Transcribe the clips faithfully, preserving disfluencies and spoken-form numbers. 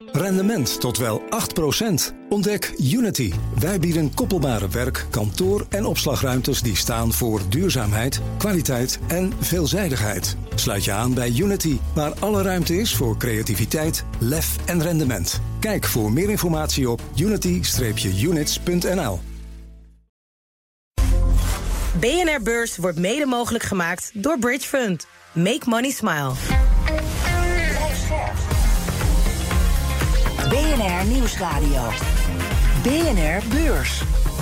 Rendement tot wel acht procent. Ontdek Unity. Wij bieden koppelbare werk, kantoor en opslagruimtes die staan voor duurzaamheid, kwaliteit en veelzijdigheid. Sluit je aan bij Unity, waar alle ruimte is voor creativiteit, lef en rendement. Kijk voor meer informatie op unity units punt n l. B N R Beurs wordt mede mogelijk gemaakt door Bridge Fund. Make money smile. B N R Nieuwsradio. B N R Beurs.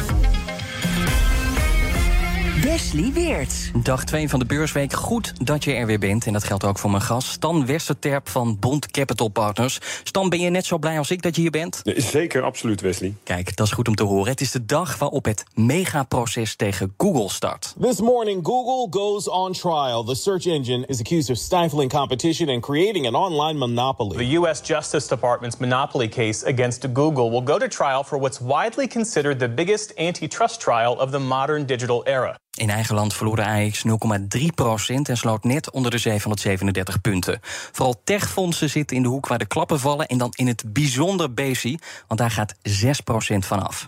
Wesley Weerts. Dag twee van de beursweek. Goed dat je er weer bent. En dat geldt ook voor mijn gast, Stan Westerterp van Bond Capital Partners. Stan, ben je net zo blij als ik dat je hier bent? Zeker, absoluut, Wesley. Kijk, dat is goed om te horen. Het is de dag waarop het megaproces tegen Google start. This morning, Google goes on trial. The search engine is accused of stifling competition and creating an online monopoly. The U S Justice Department's monopoly case against Google will go to trial for what's widely considered the biggest antitrust trial of the modern digital era. In eigen land verloor de A X nul komma drie procent en sloot net onder de zevenhonderdzevenendertig punten. Vooral techfondsen zitten in de hoek waar de klappen vallen en dan in het bijzonder Besi, want daar gaat zes procent van af.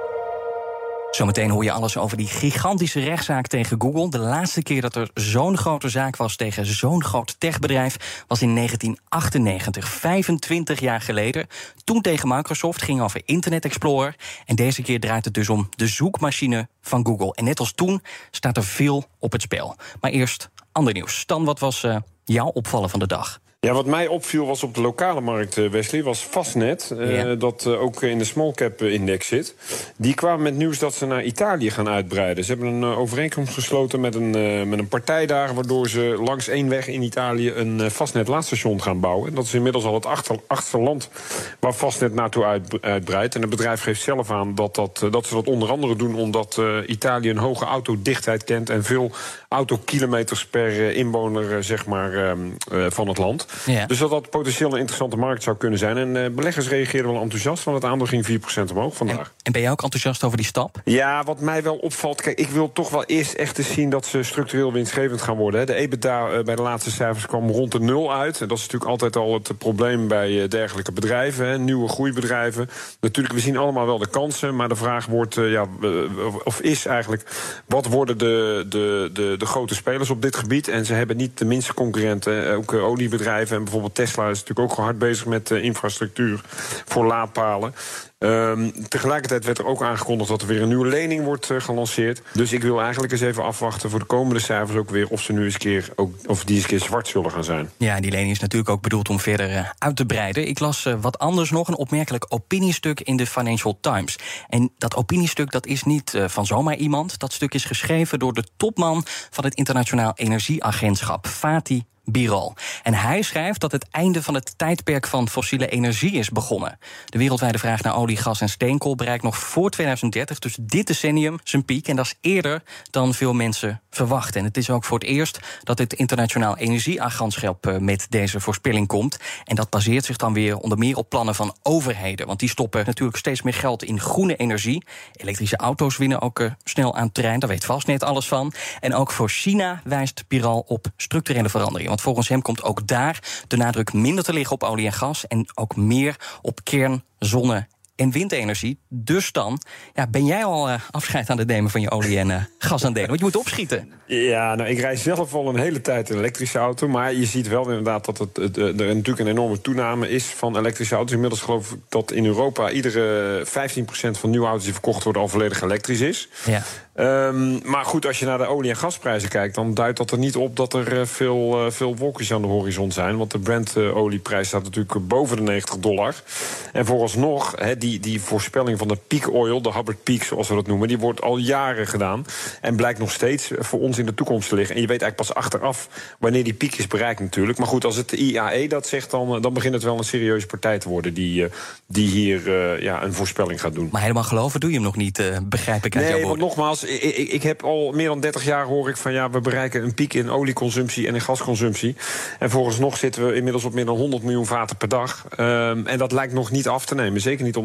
Zometeen hoor je alles over die gigantische rechtszaak tegen Google. De laatste keer dat er zo'n grote zaak was tegen zo'n groot techbedrijf was in negentien achtennegentig, vijfentwintig jaar geleden. Toen tegen Microsoft, ging over Internet Explorer. En deze keer draait het dus om de zoekmachine van Google. En net als toen staat er veel op het spel. Maar eerst ander nieuws. Stan, wat was uh, jouw opvallen van de dag? Ja, wat mij opviel was op de lokale markt, Wesley, was Fastnet, ja. uh, dat uh, ook in de small cap index zit. Die kwamen met nieuws dat ze naar Italië gaan uitbreiden. Ze hebben een uh, overeenkomst gesloten met een, uh, met een partij daar, waardoor ze langs één weg in Italië een uh, Fastnet laadstation gaan bouwen. Dat is inmiddels al het achter, achterland waar Fastnet naartoe uit, uitbreidt. En het bedrijf geeft zelf aan dat, dat, uh, dat ze dat onder andere doen omdat uh, Italië een hoge autodichtheid kent en veel autokilometers per uh, inwoner uh, zeg maar, uh, uh, van het land. Ja. Dus dat dat potentieel een interessante markt zou kunnen zijn. En uh, beleggers reageerden wel enthousiast, want het aandeel ging vier procent omhoog vandaag. En, en ben jij ook enthousiast over die stap? Ja, wat mij wel opvalt, kijk, ik wil toch wel eerst echt eens zien dat ze structureel winstgevend gaan worden. Hè. De EBITDA uh, bij de laatste cijfers kwam rond de nul uit. En dat is natuurlijk altijd al het probleem bij uh, dergelijke bedrijven, hè. Nieuwe groeibedrijven. Natuurlijk, we zien allemaal wel de kansen, maar de vraag wordt, uh, ja, uh, of is eigenlijk, wat worden de, de, de, de grote spelers op dit gebied? En ze hebben niet de minste concurrenten, ook uh, oliebedrijven. En bijvoorbeeld Tesla is natuurlijk ook hard bezig met uh, infrastructuur voor laadpalen. Um, tegelijkertijd werd er ook aangekondigd dat er weer een nieuwe lening wordt uh, gelanceerd. Dus ik wil eigenlijk eens even afwachten voor de komende cijfers ook weer of ze nu eens keer ook, of die eens keer zwart zullen gaan zijn. Ja, die lening is natuurlijk ook bedoeld om verder uh, uit te breiden. Ik las uh, wat anders nog, een opmerkelijk opiniestuk in de Financial Times. En dat opiniestuk dat is niet uh, van zomaar iemand. Dat stuk is geschreven door de topman van het Internationaal Energieagentschap, Fatih Birol. En hij schrijft dat het einde van het tijdperk van fossiele energie is begonnen. De wereldwijde vraag naar olie, gas en steenkool bereikt nog voor tweeduizend dertig, dus dit decennium, zijn piek. En dat is eerder dan veel mensen verwachten. En het is ook voor het eerst dat het Internationaal Energieagentschap met deze voorspelling komt. En dat baseert zich dan weer onder meer op plannen van overheden. Want die stoppen natuurlijk steeds meer geld in groene energie. Elektrische auto's winnen ook uh, snel aan terrein, daar weet Fastnet alles van. En ook voor China wijst Birol op structurele veranderingen. Want volgens hem komt ook daar de nadruk minder te liggen op olie en gas en ook meer op kern, zonne- en windenergie. Dus dan ja, ben jij al uh, afscheid aan het nemen van je olie- en uh, gasaandelen. Want je moet opschieten. Ja, nou, ik rijd zelf al een hele tijd een elektrische auto. Maar je ziet wel inderdaad dat het, het, er natuurlijk een enorme toename is van elektrische auto's. Inmiddels geloof ik dat in Europa iedere vijftien procent van nieuwe auto's die verkocht worden al volledig elektrisch is. Ja. Um, maar goed, als je naar de olie- en gasprijzen kijkt, dan duidt dat er niet op dat er uh, veel, uh, veel wolkjes aan de horizon zijn. Want de Brent-olieprijs staat natuurlijk boven de negentig dollar. En vooralsnog, he, die, die voorspelling van de peak oil, de Hubbert Peak zoals we dat noemen, die wordt al jaren gedaan. En blijkt nog steeds voor ons in de toekomst te liggen. En je weet eigenlijk pas achteraf wanneer die piek is bereikt natuurlijk. Maar goed, als het de I A E dat zegt, dan, dan begint het wel een serieuze partij te worden die, uh, die hier uh, ja, een voorspelling gaat doen. Maar helemaal geloven doe je hem nog niet, uh, begrijp ik uit jouw woorden. woorden. Nee, want nogmaals, Ik, ik, ik heb al meer dan dertig jaar hoor ik van ja, we bereiken een piek in olieconsumptie en in gasconsumptie. En volgens nog zitten we inmiddels op meer dan honderd miljoen vaten per dag. Um, en dat lijkt nog niet af te nemen. Zeker niet omdat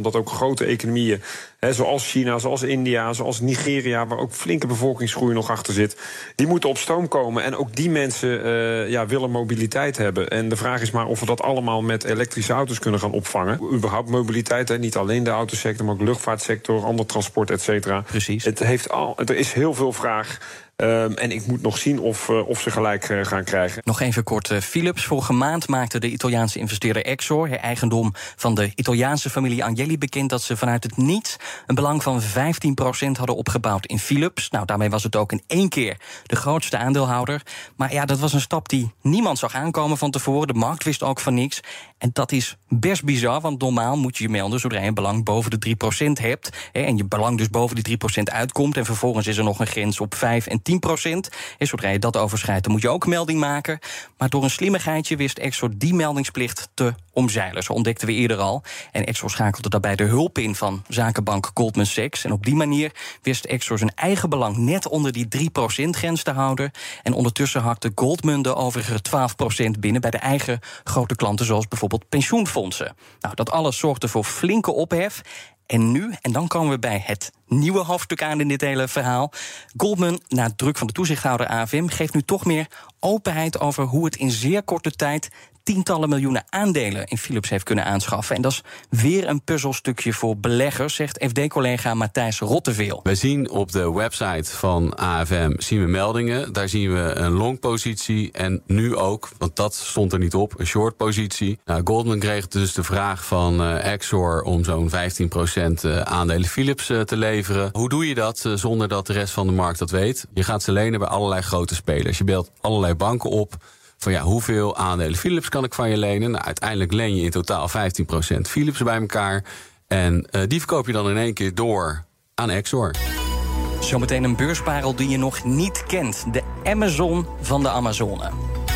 dat ook grote economieën, hè, zoals China, zoals India, zoals Nigeria, waar ook flinke bevolkingsgroei nog achter zit, die moeten op stoom komen. En ook die mensen uh, ja, willen mobiliteit hebben. En de vraag is maar of we dat allemaal met elektrische auto's kunnen gaan opvangen. Überhaupt mobiliteit, hè, niet alleen de autosector, maar ook de luchtvaartsector, ander transport, et cetera. Precies. Het heeft al, er is heel veel vraag. Um, en ik moet nog zien of, uh, of ze gelijk uh, gaan krijgen. Nog even kort, uh, Philips. Vorige maand maakte de Italiaanse investeerder Exor, eigendom van de Italiaanse familie Agnelli, bekend dat ze vanuit het niets een belang van vijftien procent hadden opgebouwd in Philips. Nou, daarmee was het ook in één keer de grootste aandeelhouder. Maar ja, dat was een stap die niemand zag aankomen van tevoren. De markt wist ook van niks. En dat is best bizar, want normaal moet je je melden zodra je een belang boven de drie procent hebt. Hè, en je belang dus boven die drie procent uitkomt. En vervolgens is er nog een grens op vijf en tien procent. En zodra je dat overschrijdt, dan moet je ook een melding maken. Maar door een slimmigheidje wist Exor die meldingsplicht te omzeilen. Zo ontdekten we eerder al. En Exor schakelde daarbij de hulp in van zakenbank Goldman Sachs. En op die manier wist Exor zijn eigen belang net onder die drie procent grens te houden. En ondertussen hakte Goldman de overige twaalf procent binnen bij de eigen grote klanten, zoals bijvoorbeeld pensioenfondsen. Nou, dat alles zorgde voor flinke ophef. En nu, en dan komen we bij het nieuwe hoofdstuk aan in dit hele verhaal. Goldman, na druk van de toezichthouder A F M, geeft nu toch meer openheid over hoe het in zeer korte tijd tientallen miljoenen aandelen in Philips heeft kunnen aanschaffen. En dat is weer een puzzelstukje voor beleggers, zegt F D-collega Matthijs Rotteveel. Wij zien op de website van A F M zien we meldingen. Daar zien we een long-positie en nu ook, want dat stond er niet op, een short-positie. Nou, Goldman kreeg dus de vraag van uh, Exor om zo'n vijftien procent uh, aandelen Philips uh, te leveren. Hoe doe je dat uh, zonder dat de rest van de markt dat weet? Je gaat ze lenen bij allerlei grote spelers. Je belt allerlei banken op van ja, hoeveel aandelen Philips kan ik van je lenen? Nou, uiteindelijk leen je in totaal vijftien procent Philips bij elkaar. En uh, die verkoop je dan in één keer door aan Exor. Zometeen een beursparel die je nog niet kent. De Amazon van de Amazone.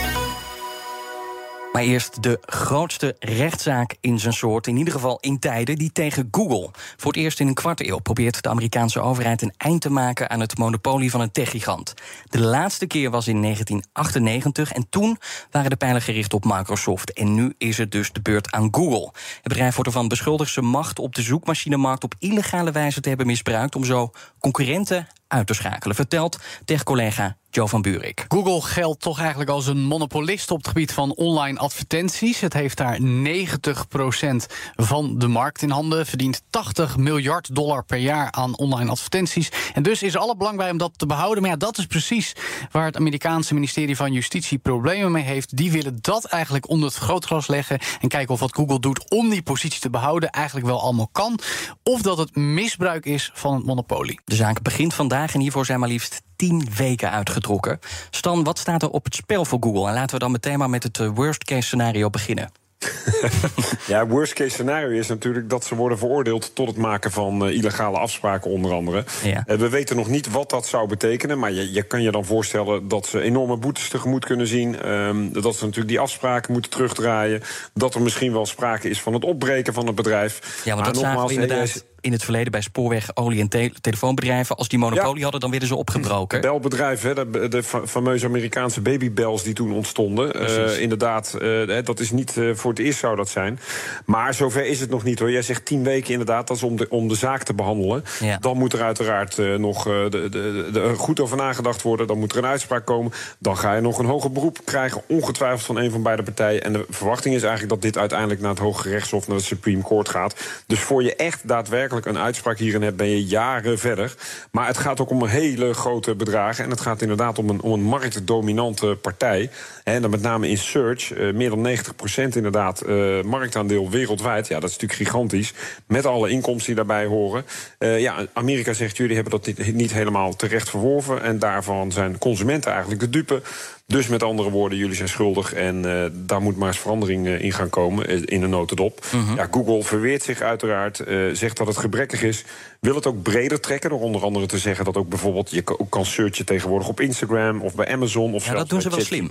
Maar eerst de grootste rechtszaak in zijn soort, in ieder geval in tijden, die tegen Google. Voor het eerst in een kwart eeuw probeert de Amerikaanse overheid een eind te maken aan het monopolie van een techgigant. De laatste keer was in negentien achtennegentig en toen waren de pijlen gericht op Microsoft. En nu is het dus de beurt aan Google. Het bedrijf wordt ervan beschuldigd zijn macht op de zoekmachinemarkt op illegale wijze te hebben misbruikt om zo concurrenten uit te schakelen, vertelt tech-collega Jo van Buurik. Google geldt toch eigenlijk als een monopolist op het gebied van online advertenties. Het heeft daar negentig procent van de markt in handen, verdient tachtig miljard dollar per jaar aan online advertenties. En dus is er alle belang bij om dat te behouden. Maar ja, dat is precies waar het Amerikaanse ministerie van Justitie problemen mee heeft. Die willen dat eigenlijk onder het vergrootglas leggen en kijken of wat Google doet om die positie te behouden eigenlijk wel allemaal kan. Of dat het misbruik is van het monopolie. De zaak begint vandaag en hiervoor zijn maar liefst tien weken uitgetrokken. Stan, wat staat er op het spel voor Google? En laten we dan meteen maar met het worst case scenario beginnen. Ja, worst case scenario is natuurlijk dat ze worden veroordeeld tot het maken van uh, illegale afspraken onder andere. Ja. Uh, we weten nog niet wat dat zou betekenen, maar je, je kan je dan voorstellen dat ze enorme boetes tegemoet kunnen zien. Um, dat ze natuurlijk die afspraken moeten terugdraaien. Dat er misschien wel sprake is van het opbreken van het bedrijf. Ja, want dat maar zagen we inderdaad hey, in het verleden bij spoorweg, olie- en te- telefoonbedrijven. Als die monopolie ja. hadden, dan werden ze opgebroken. Belbedrijven, de, de fameuze Amerikaanse babybels die toen ontstonden. Uh, inderdaad, uh, dat is niet uh, voor het eerst zou dat zijn. Maar zover is het nog niet hoor. Jij zegt tien weken inderdaad, dat is om de, om de zaak te behandelen. Ja. Dan moet er uiteraard uh, nog uh, de, de, de, goed over nagedacht worden. Dan moet er een uitspraak komen. Dan ga je nog een hoger beroep krijgen, ongetwijfeld van een van beide partijen. En de verwachting is eigenlijk dat dit uiteindelijk naar het Hoge Rechtshof, naar de Supreme Court gaat. Dus voor je echt daadwerkelijk een uitspraak hierin hebt, ben je jaren verder. Maar het gaat ook om een hele grote bedragen. En het gaat inderdaad om een, om een marktdominante partij. En dan met name in search. Uh, meer dan negentig procent inderdaad uh, marktaandeel wereldwijd. Ja, dat is natuurlijk gigantisch. Met alle inkomsten die daarbij horen. Uh, ja, Amerika zegt, jullie hebben dat niet, niet helemaal terecht verworven. En daarvan zijn consumenten eigenlijk de dupe. Dus met andere woorden, jullie zijn schuldig en uh, daar moet maar eens verandering uh, in gaan komen, uh, in een notendop. Mm-hmm. Ja, Google verweert zich uiteraard, uh, zegt dat het gebrekkig is, wil het ook breder trekken, door onder andere te zeggen dat ook bijvoorbeeld je ook kan searchen tegenwoordig op Instagram of bij Amazon of ja, dat doen ze wel slim.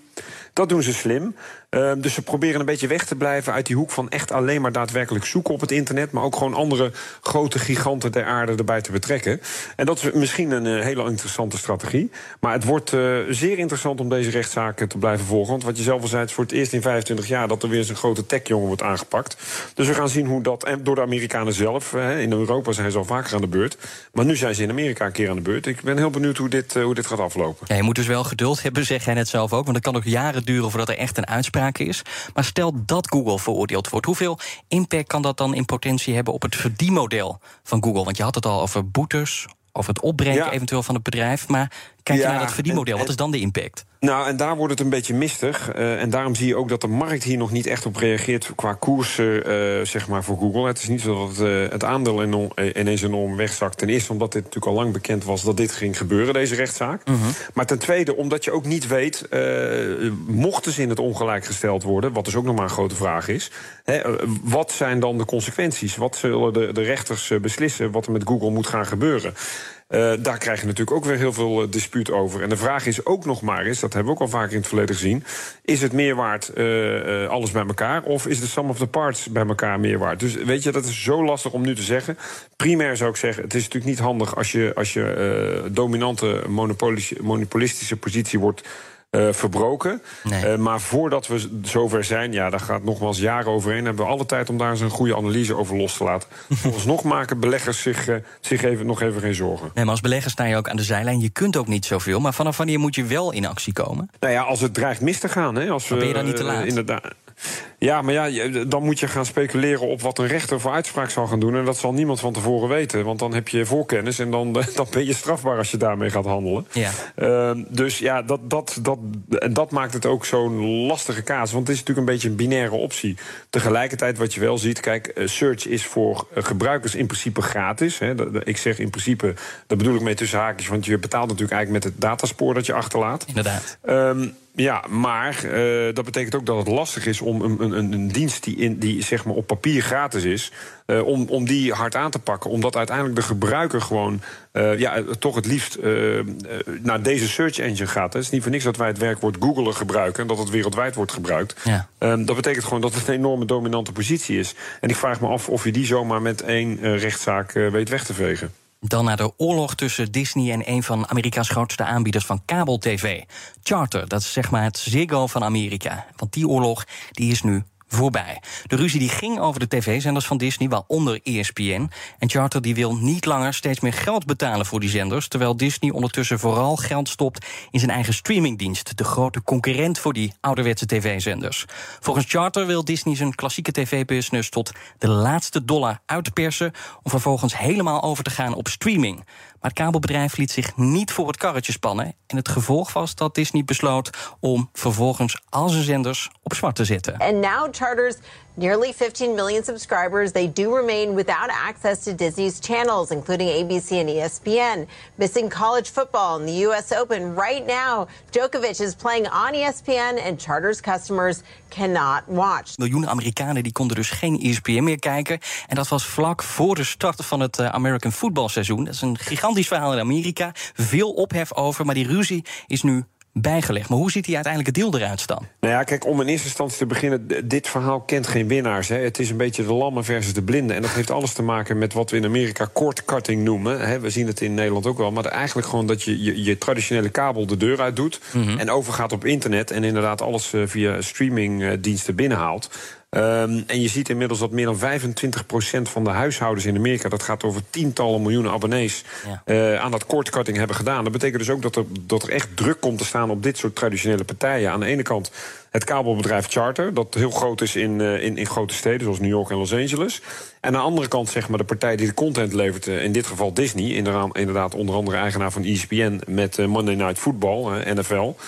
Dat doen ze slim. Uh, dus ze proberen een beetje weg te blijven uit die hoek van echt alleen maar daadwerkelijk zoeken op het internet, maar ook gewoon andere grote giganten der aarde erbij te betrekken. En dat is misschien een uh, hele interessante strategie. Maar het wordt uh, zeer interessant om deze rechtszaken te blijven volgen. Want wat je zelf al zei, het is voor het eerst in vijfentwintig jaar dat er weer eens een grote techjongen wordt aangepakt. Dus we gaan zien hoe dat, en door de Amerikanen zelf, uh, in Europa zijn ze al vaker aan de beurt. Maar nu zijn ze in Amerika een keer aan de beurt. Ik ben heel benieuwd hoe dit, uh, hoe dit gaat aflopen. Ja, je moet dus wel geduld hebben, zeg jij net zelf ook. Want het kan ook jaren duren voordat er echt een uitspraak is. Maar stel dat Google veroordeeld wordt, hoeveel impact kan dat dan in potentie hebben op het verdienmodel van Google? Want je had het al over boetes, over het opbreken ja. eventueel van het bedrijf. Maar kijk je ja, naar dat verdienmodel, en, en, wat is dan de impact? Nou, en daar wordt het een beetje mistig. Uh, en daarom zie je ook dat de markt hier nog niet echt op reageert qua koersen, uh, zeg maar, voor Google. Het is niet zo dat het, uh, het aandeel enorm, uh, ineens enorm wegzakt. Ten eerste omdat dit natuurlijk al lang bekend was dat dit ging gebeuren, deze rechtszaak. Uh-huh. Maar ten tweede omdat je ook niet weet, uh, mochten ze in het ongelijk gesteld worden, wat dus ook nog maar een grote vraag is, hè, uh, wat zijn dan de consequenties? Wat zullen de, de rechters uh, beslissen wat er met Google moet gaan gebeuren? Uh, daar krijg je natuurlijk ook weer heel veel uh, dispuut over. En de vraag is ook nog maar eens, dat hebben we ook al vaker in het verleden gezien, is het meer waard uh, uh, alles bij elkaar, of is de sum of the parts bij elkaar meer waard? Dus weet je, dat is zo lastig om nu te zeggen. Primair zou ik zeggen, het is natuurlijk niet handig als je, als je uh, dominante monopolistische positie wordt Uh, verbroken. Nee. Uh, maar voordat we zover zijn, ja, daar gaat nogmaals jaren overheen. Hebben we alle tijd om daar eens een goede analyse over los te laten. Volgens maken beleggers zich, uh, zich even, nog even geen zorgen. Nee, maar als belegger sta je ook aan de zijlijn. Je kunt ook niet zoveel. Maar vanaf wanneer moet je wel in actie komen? Nou ja, als het dreigt mis te gaan. Hè, als maar ben je dan uh, niet te laat? Inderdaad. Ja, maar ja, dan moet je gaan speculeren op wat een rechter voor uitspraak zal gaan doen. En dat zal niemand van tevoren weten. Want dan heb je voorkennis en dan, dan ben je strafbaar als je daarmee gaat handelen. Ja. Uh, dus ja, dat, dat, dat, en dat maakt het ook zo'n lastige kaas. Want het is natuurlijk een beetje een binaire optie. Tegelijkertijd wat je wel ziet, kijk, search is voor gebruikers in principe gratis. Hè. Ik zeg in principe, dat bedoel ik mee tussen haakjes, want je betaalt natuurlijk eigenlijk met het dataspoor dat je achterlaat. Inderdaad. Um, Ja, maar uh, dat betekent ook dat het lastig is om een, een, een dienst die, in, die zeg maar op papier gratis is, uh, om, om die hard aan te pakken. Omdat uiteindelijk de gebruiker gewoon uh, ja, toch het liefst uh, uh, naar deze search engine gaat. Het is niet voor niks dat wij het werkwoord Googelen gebruiken en dat het wereldwijd wordt gebruikt. Ja. Um, dat betekent gewoon dat het een enorme dominante positie is. En ik vraag me af of je die zomaar met één uh, rechtszaak uh, weet weg te vegen. Dan naar de oorlog tussen Disney en een van Amerika's grootste aanbieders van kabel-tv. Charter, dat is zeg maar het Ziggo van Amerika. Want die oorlog die is nu voorbij. De ruzie die ging over de tv-zenders van Disney, waaronder E S P N. En Charter die wil niet langer steeds meer geld betalen voor die zenders, terwijl Disney ondertussen vooral geld stopt in zijn eigen streamingdienst, de grote concurrent voor die ouderwetse tv-zenders. Volgens Charter wil Disney zijn klassieke tv-business tot de laatste dollar uitpersen om vervolgens helemaal over te gaan op streaming. Maar het kabelbedrijf liet zich niet voor het karretje spannen. En het gevolg was dat Disney besloot om vervolgens al zijn zenders op zwart te zetten. And now Charter's nearly fifteen million subscribers, they do remain without access to Disney's channels, including A B C and E S P N. Missing college football and the U S Open right now. Djokovic is playing on E S P N and Charter's customers cannot watch. Miljoenen Amerikanen die konden dus geen E S P N meer kijken. En dat was vlak voor de start van het American voetbalseizoen. Dat is een gigantisch verhaal in Amerika. Veel ophef over, maar die ruzie is nu bijgelegd. Maar hoe ziet die uiteindelijke deal eruit staan? Nou ja, kijk, om in eerste instantie te beginnen, dit verhaal kent geen winnaars. Hè. Het is een beetje de lammen versus de blinden. En dat heeft alles te maken met wat we in Amerika cord cutting noemen. Hè. We zien het in Nederland ook wel. Maar eigenlijk gewoon dat je je, je traditionele kabel de deur uit doet, mm-hmm. en overgaat op internet en inderdaad alles uh, via streamingdiensten binnenhaalt. Um, en je ziet inmiddels dat meer dan vijfentwintig procent van de huishoudens in Amerika, dat gaat over tientallen miljoenen abonnees, ja. uh, aan dat cord-cutting hebben gedaan. Dat betekent dus ook dat er, dat er echt druk komt te staan op dit soort traditionele partijen. Aan de ene kant het kabelbedrijf Charter, dat heel groot is in, uh, in, in grote steden zoals New York en Los Angeles. En aan de andere kant zeg maar de partij die de content levert, uh, in dit geval Disney, inderdaad, inderdaad onder andere eigenaar van E S P N met uh, Monday Night Football, uh, N F L.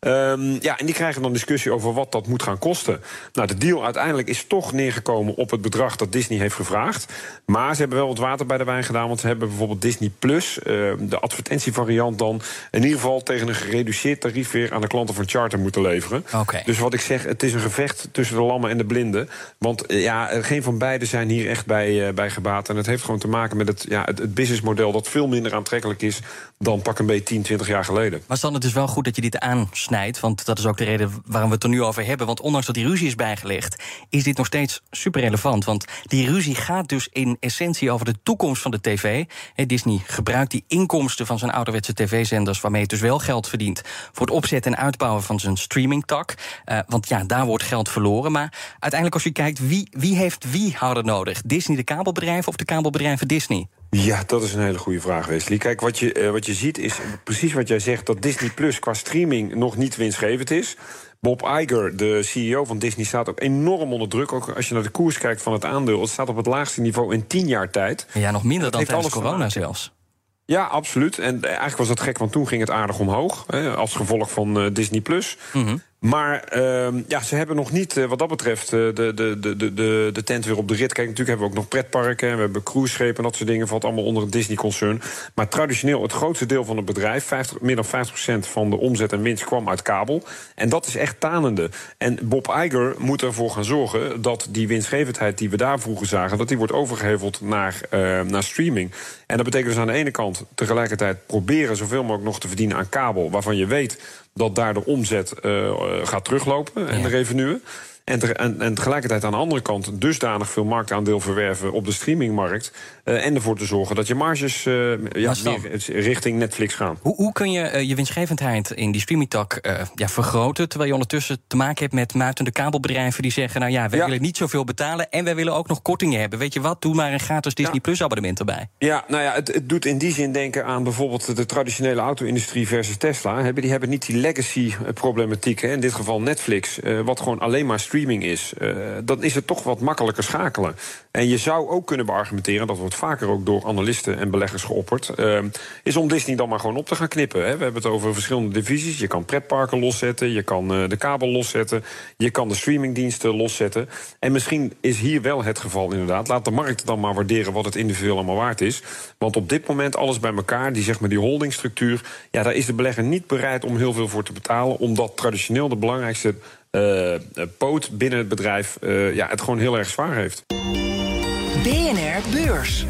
Um, ja, en die krijgen dan discussie over wat dat moet gaan kosten. Nou, de deal uiteindelijk is toch neergekomen op het bedrag dat Disney heeft gevraagd. Maar ze hebben wel wat water bij de wijn gedaan, want ze hebben bijvoorbeeld Disney Plus, uh, de advertentievariant dan, in ieder geval tegen een gereduceerd tarief weer aan de klanten van Charter moeten leveren. Okay. Dus wat ik zeg, het is een gevecht tussen de lammen en de blinden. Want uh, ja, geen van beiden zijn hier echt bij, uh, bij gebaat. En het heeft gewoon te maken met het, ja, het, het businessmodel dat veel minder aantrekkelijk is dan pak een beetje tien, twintig jaar geleden. Maar Stan, het is wel goed dat je dit aansnijdt, want dat is ook de reden waarom we het er nu over hebben. Want ondanks dat die ruzie is bijgelegd, is dit nog steeds super relevant. Want die ruzie gaat dus in essentie over de toekomst van de tv. Disney gebruikt die inkomsten van zijn ouderwetse tv-zenders, waarmee het dus wel geld verdient, voor het opzetten en uitbouwen van zijn streamingtak. Uh, want ja, daar wordt geld verloren. Maar uiteindelijk als je kijkt, wie, wie heeft wie harder nodig? Disney de kabelbedrijven of de kabelbedrijven Disney? Ja, dat is een hele goede vraag, Wesley. Kijk, wat je, uh, wat je ziet is precies wat jij zegt, dat Disney Plus qua streaming nog niet winstgevend is. Bob Iger, de C E O van Disney, staat ook enorm onder druk. Ook als je naar de koers kijkt van het aandeel, het staat op het laagste niveau in tien jaar tijd. Ja, nog minder dan tijdens corona zelfs. Ja, absoluut. En eigenlijk was dat gek, want toen ging het aardig omhoog, hè, als gevolg van uh, Disney Plus. Mm-hmm. Maar uh, ja, ze hebben nog niet, uh, wat dat betreft, uh, de, de, de, de, de tent weer op de rit. Kijk, natuurlijk hebben we ook nog pretparken, we hebben cruiseschepen en dat soort dingen, valt allemaal onder het Disney-concern. Maar traditioneel, het grootste deel van het bedrijf, vijftig, meer dan vijftig procent van de omzet en winst kwam uit kabel. En dat is echt tanende. En Bob Iger moet ervoor gaan zorgen dat die winstgevendheid die we daar vroeger zagen, dat die wordt overgeheveld naar, uh, naar streaming. En dat betekent dus aan de ene kant tegelijkertijd proberen zoveel mogelijk nog te verdienen aan kabel, waarvan je weet dat daar de omzet uh, gaat teruglopen en ja. de revenuen. En, te, en, en tegelijkertijd aan de andere kant dusdanig veel marktaandeel verwerven op de streamingmarkt. Uh, en ervoor te zorgen dat je marges uh, ja, meer richting Netflix gaan. Hoe, hoe kun je uh, je winstgevendheid in die streamingtak uh, ja, vergroten, terwijl je ondertussen te maken hebt met muitende kabelbedrijven die zeggen, nou ja, wij ja. willen niet zoveel betalen en wij willen ook nog kortingen hebben. Weet je wat, doe maar een gratis Disney Plus abonnement erbij. Ja, nou ja, het, het doet in die zin denken aan bijvoorbeeld de traditionele auto-industrie versus Tesla. Die hebben niet die legacy-problematiek, in dit geval Netflix, uh, wat gewoon alleen maar streaming is. Uh, dan is het toch wat makkelijker schakelen. En je zou ook kunnen beargumenteren, dat wordt vaker ook door analisten en beleggers geopperd, uh, is om Disney dan maar gewoon op te gaan knippen. Hè. We hebben het over verschillende divisies. Je kan pretparken loszetten, je kan uh, de kabel loszetten, je kan de streamingdiensten loszetten. En misschien is hier wel het geval inderdaad. Laat de markt dan maar waarderen wat het individueel allemaal waard is. Want op dit moment alles bij elkaar, die zeg maar die holdingstructuur, ja, daar is de belegger niet bereid om heel veel voor te betalen, omdat traditioneel de belangrijkste uh, poot binnen het bedrijf uh, ja, het gewoon heel erg zwaar heeft. B N R Beurs.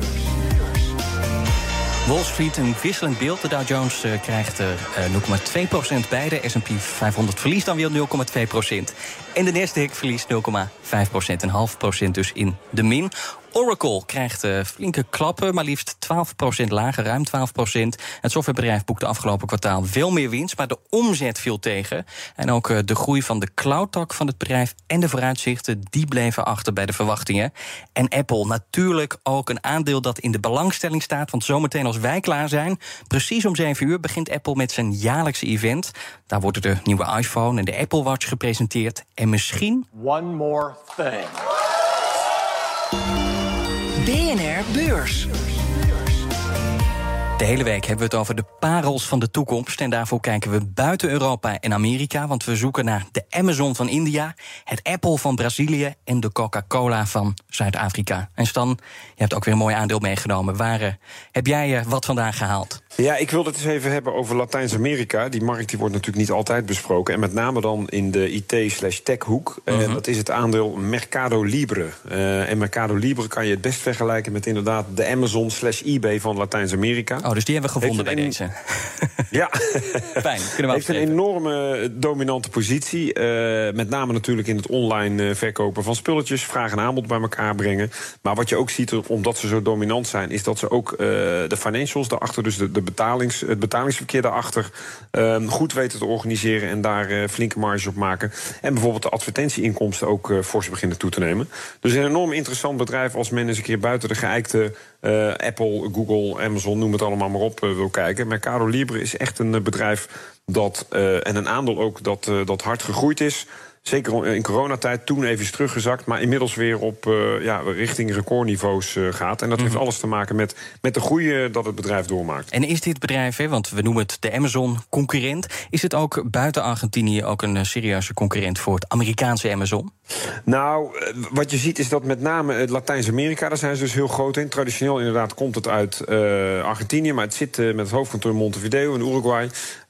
Wall Street een wisselend beeld. De Dow Jones uh, krijgt er uh, nul komma twee procent bij. De S en P vijfhonderd verliest dan weer nul komma twee procent. En de Nasdaq verliest nul komma vijf procent. Een half procent dus in de min. Oracle krijgt uh, flinke klappen, maar liefst twaalf procent lager, ruim twaalf procent. Het softwarebedrijf boekte afgelopen kwartaal veel meer winst, maar de omzet viel tegen. En ook uh, de groei van de cloudtak van het bedrijf en de vooruitzichten, die bleven achter bij de verwachtingen. En Apple, natuurlijk ook een aandeel dat in de belangstelling staat, want zometeen als wij klaar zijn, precies om zeven uur begint Apple met zijn jaarlijkse event. Daar worden de nieuwe iPhone en de Apple Watch gepresenteerd. En misschien One more thing. B N R Beurs. De hele week hebben we het over de parels van de toekomst. En daarvoor kijken we buiten Europa en Amerika. Want we zoeken naar de Amazon van India, het Apple van Brazilië en de Coca-Cola van Zuid-Afrika. En Stan, je hebt ook weer een mooi aandeel meegenomen. Waar uh, heb jij uh, wat vandaan gehaald? Ja, ik wil het eens even hebben over Latijns-Amerika. Die markt die wordt natuurlijk niet altijd besproken. En met name dan in de I T slash tech hoek. Uh, uh-huh. Dat is het aandeel Mercado Libre. Uh, en Mercado Libre kan je het best vergelijken met inderdaad de Amazon slash eBay van Latijns-Amerika. Oh, dus die hebben we gevonden bij een... deze. Ja. Fijn, kunnen we heeft een enorme dominante positie. Uh, met name natuurlijk in het online uh, verkopen van spulletjes. Vraag en aanbod bij elkaar brengen. Maar wat je ook ziet, omdat ze zo dominant zijn, is dat ze ook uh, de financials daarachter, dus de, de betalings, het betalingsverkeer daarachter, uh, goed weten te organiseren en daar uh, flinke marges op maken. En bijvoorbeeld de advertentieinkomsten ook uh, fors beginnen toe te nemen. Dus een enorm interessant bedrijf als men eens een keer buiten de geëikte uh, Apple, Google, Amazon, noem het allemaal maar op, uh, wil kijken. Mercado Libre is echt een uh, bedrijf dat, uh, en een aandeel ook dat, uh, dat hard gegroeid is. Zeker in coronatijd, toen even is teruggezakt, maar inmiddels weer op uh, ja, richting recordniveaus uh, gaat. En dat mm-hmm. heeft alles te maken met, met de groei uh, dat het bedrijf doormaakt. En is dit bedrijf, hè, want we noemen het de Amazon-concurrent, is het ook buiten Argentinië ook een uh, serieuze concurrent voor het Amerikaanse Amazon? Nou, wat je ziet is dat met name Latijns-Amerika, daar zijn ze dus heel groot in. Traditioneel inderdaad komt het uit uh, Argentinië, maar het zit uh, met het hoofdkantoor in Montevideo in Uruguay.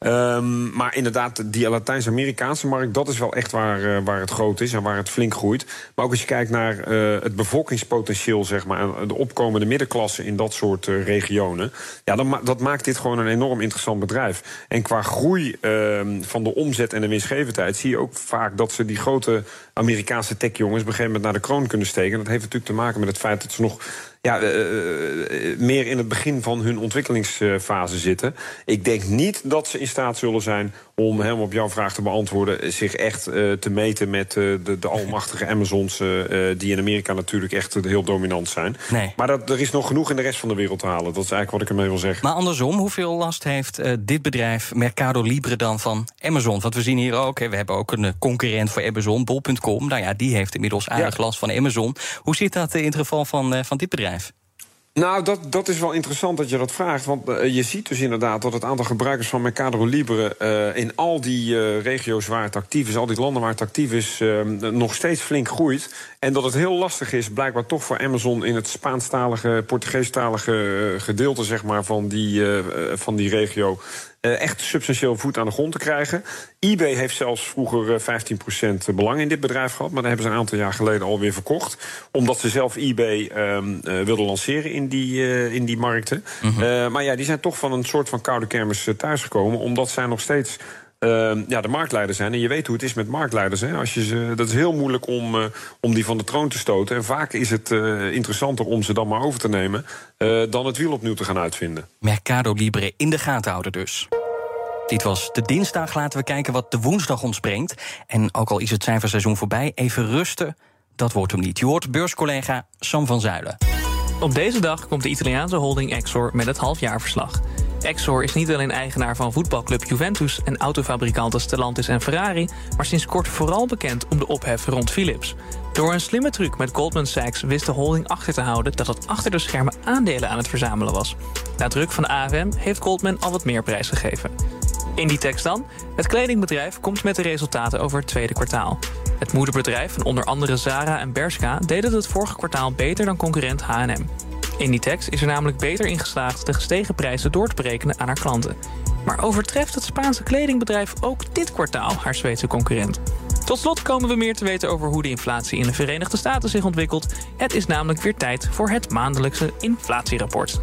Um, maar inderdaad, die Latijns-Amerikaanse markt, dat is wel echt waar, uh, waar het groot is en waar het flink groeit. Maar ook als je kijkt naar uh, het bevolkingspotentieel, zeg maar, en de opkomende middenklasse in dat soort uh, regionen, ja, dan ma- dat maakt dit gewoon een enorm interessant bedrijf. En qua groei uh, van de omzet en de winstgevendheid zie je ook vaak dat ze die grote Amerikaanse techjongens op een gegeven moment naar de kroon kunnen steken. Dat heeft natuurlijk te maken met het feit dat ze nog ja, uh, uh, meer in het begin van hun ontwikkelingsfase zitten. Ik denk niet dat ze in staat zullen zijn om, helemaal op jouw vraag te beantwoorden, zich echt uh, te meten met uh, de, de almachtige Amazons, uh, die in Amerika natuurlijk echt uh, heel dominant zijn. Nee. Maar dat, er is nog genoeg in de rest van de wereld te halen. Dat is eigenlijk wat ik ermee wil zeggen. Maar andersom, hoeveel last heeft uh, dit bedrijf Mercado Libre dan van Amazon? Want we zien hier ook, hè, we hebben ook een uh, concurrent voor Amazon, bol punt com. Nou ja, die heeft inmiddels aardig ja. last van Amazon. Hoe zit dat uh, in het geval van, uh, van dit bedrijf? Nou, dat, dat is wel interessant dat je dat vraagt. Want uh, je ziet dus inderdaad dat het aantal gebruikers van Mercado Libre uh, in al die uh, regio's waar het actief is, al die landen waar het actief is, uh, nog steeds flink groeit. En dat het heel lastig is, blijkbaar toch voor Amazon in het Spaanstalige, Portugeestalige uh, gedeelte, zeg maar, van die, uh, van die regio Uh, echt substantieel voet aan de grond te krijgen. eBay heeft zelfs vroeger uh, vijftien procent belang in dit bedrijf gehad, maar dat hebben ze een aantal jaar geleden alweer verkocht. Omdat ze zelf eBay um, uh, wilden lanceren in die, uh, in die markten. Mm-hmm. Uh, maar ja, die zijn toch van een soort van koude kermis uh, thuisgekomen, omdat zij nog steeds Uh, ja, de marktleider zijn. En je weet hoe het is met marktleiders. Hè? Als je ze, dat is heel moeilijk om, uh, om die van de troon te stoten. En vaak is het uh, interessanter om ze dan maar over te nemen uh, dan het wiel opnieuw te gaan uitvinden. Mercado Libre in de gaten houden dus. Dit was de dinsdag. Laten we kijken wat de woensdag ons brengt. En ook al is het cijferseizoen voorbij, even rusten, dat wordt hem niet. Je hoort beurscollega Sam van Zuilen. Op deze dag komt de Italiaanse holding Exor met het halfjaarverslag. Exor is niet alleen eigenaar van voetbalclub Juventus en autofabrikanten Stellantis en Ferrari, maar sinds kort vooral bekend om de ophef rond Philips. Door een slimme truc met Goldman Sachs wist de holding achter te houden dat het achter de schermen aandelen aan het verzamelen was. Na druk van de A F M heeft Goldman al wat meer prijs gegeven. Inditex dan. Het kledingbedrijf komt met de resultaten over het tweede kwartaal. Het moederbedrijf van onder andere Zara en Bershka deed het het vorige kwartaal beter dan concurrent H en M. Inditex is er namelijk beter in geslaagd de gestegen prijzen door te berekenen aan haar klanten. Maar overtreft het Spaanse kledingbedrijf ook dit kwartaal haar Zweedse concurrent? Tot slot komen we meer te weten over hoe de inflatie in de Verenigde Staten zich ontwikkelt. Het is namelijk weer tijd voor het maandelijkse inflatierapport.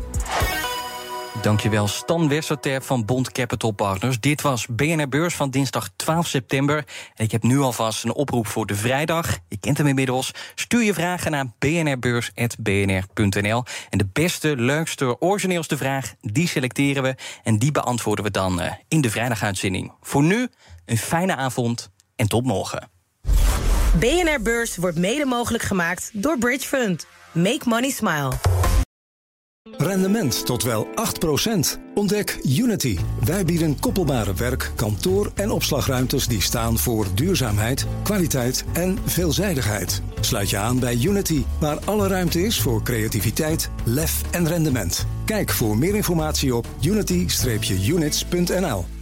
Dankjewel Stan Westerterp van Bond Capital Partners. Dit was B N R Beurs van dinsdag twaalf september. En ik heb nu alvast een oproep voor de vrijdag. Je kent hem inmiddels. Stuur je vragen naar b n r beurs punt b n r punt n l. En de beste, leukste, origineelste vraag, die selecteren we. En die beantwoorden we dan uh, in de vrijdaguitzending. Voor nu, een fijne avond en tot morgen. B N R Beurs wordt mede mogelijk gemaakt door Bridge Fund. Make money smile. Rendement tot wel acht procent. Ontdek Unity. Wij bieden koppelbare werk, kantoor en opslagruimtes die staan voor duurzaamheid, kwaliteit en veelzijdigheid. Sluit je aan bij Unity, waar alle ruimte is voor creativiteit, lef en rendement. Kijk voor meer informatie op unity dash units punt n l.